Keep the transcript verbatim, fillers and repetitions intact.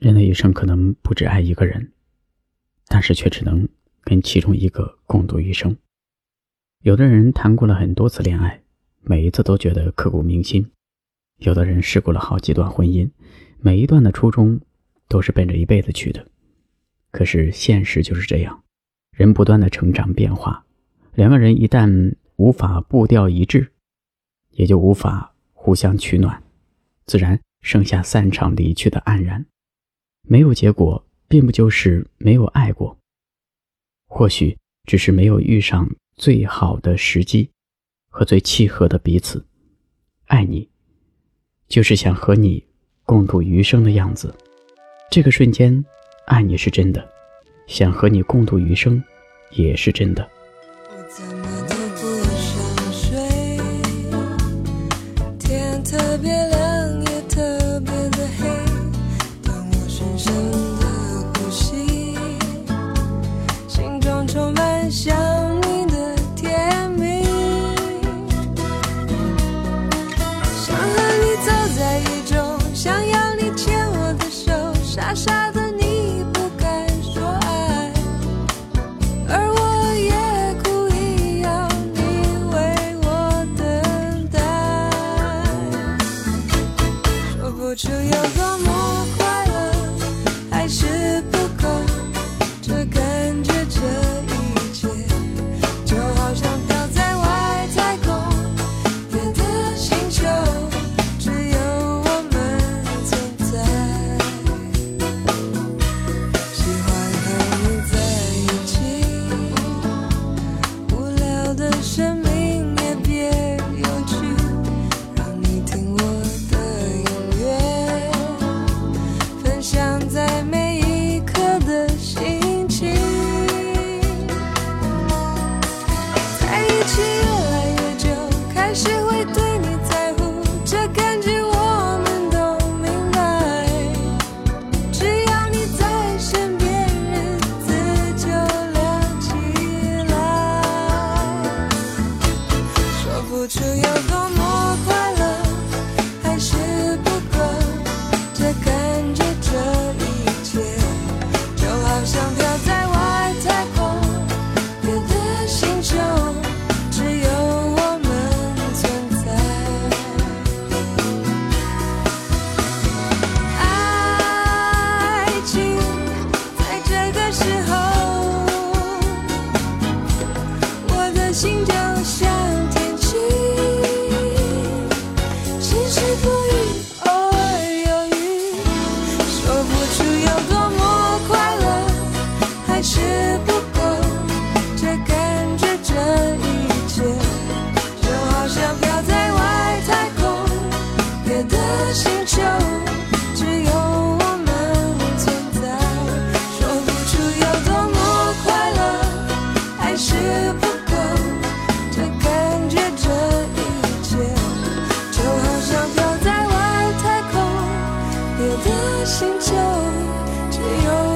人的一生可能不只爱一个人，但是却只能跟其中一个共度余生。有的人谈过了很多次恋爱，每一次都觉得刻骨铭心；有的人试过了好几段婚姻，每一段的初衷都是奔着一辈子去的。可是现实就是这样，人不断的成长变化，两个人一旦无法步调一致，也就无法互相取暖，自然剩下散场离去的黯然。没有结果，并不就是没有爱过，或许只是没有遇上最好的时机和最契合的彼此。爱你，就是想和你共度余生的样子。这个瞬间，爱你是真的，想和你共度余生也是真的。 我怎么都不想睡，天特别亮也特别的黑，当我深深的呼吸，心中充满想你的甜蜜，想和你走在雨中，想要你牵我的手，傻傻的你不敢说爱，而我也故意要你为我等待，说不出有多么快乐，还是不够，这感觉这一切就好像飘在外太空，别的星球只有我们存在，喜欢和你在一起，无聊的生命也别有趣，让你听我的音乐，分享在每一刻的心情，在一起越来越久，开始会对你在乎，这感觉我们都明白，只要你在身边，日子就亮起来，说不出有多么快乐，还是不够，这感觉这一切就好像飘在外太空，别的星球只有我们存在，爱情在这个时候，我的心就像天气，晴时多云，偶尔有雨，说不出有多么快乐，还是不够，这感觉这一切就好像飘在外太空，别的星球只有我们存在，说不出有多么快乐，还是不够，这感觉这一切就好像飘在外太空，别的星球只有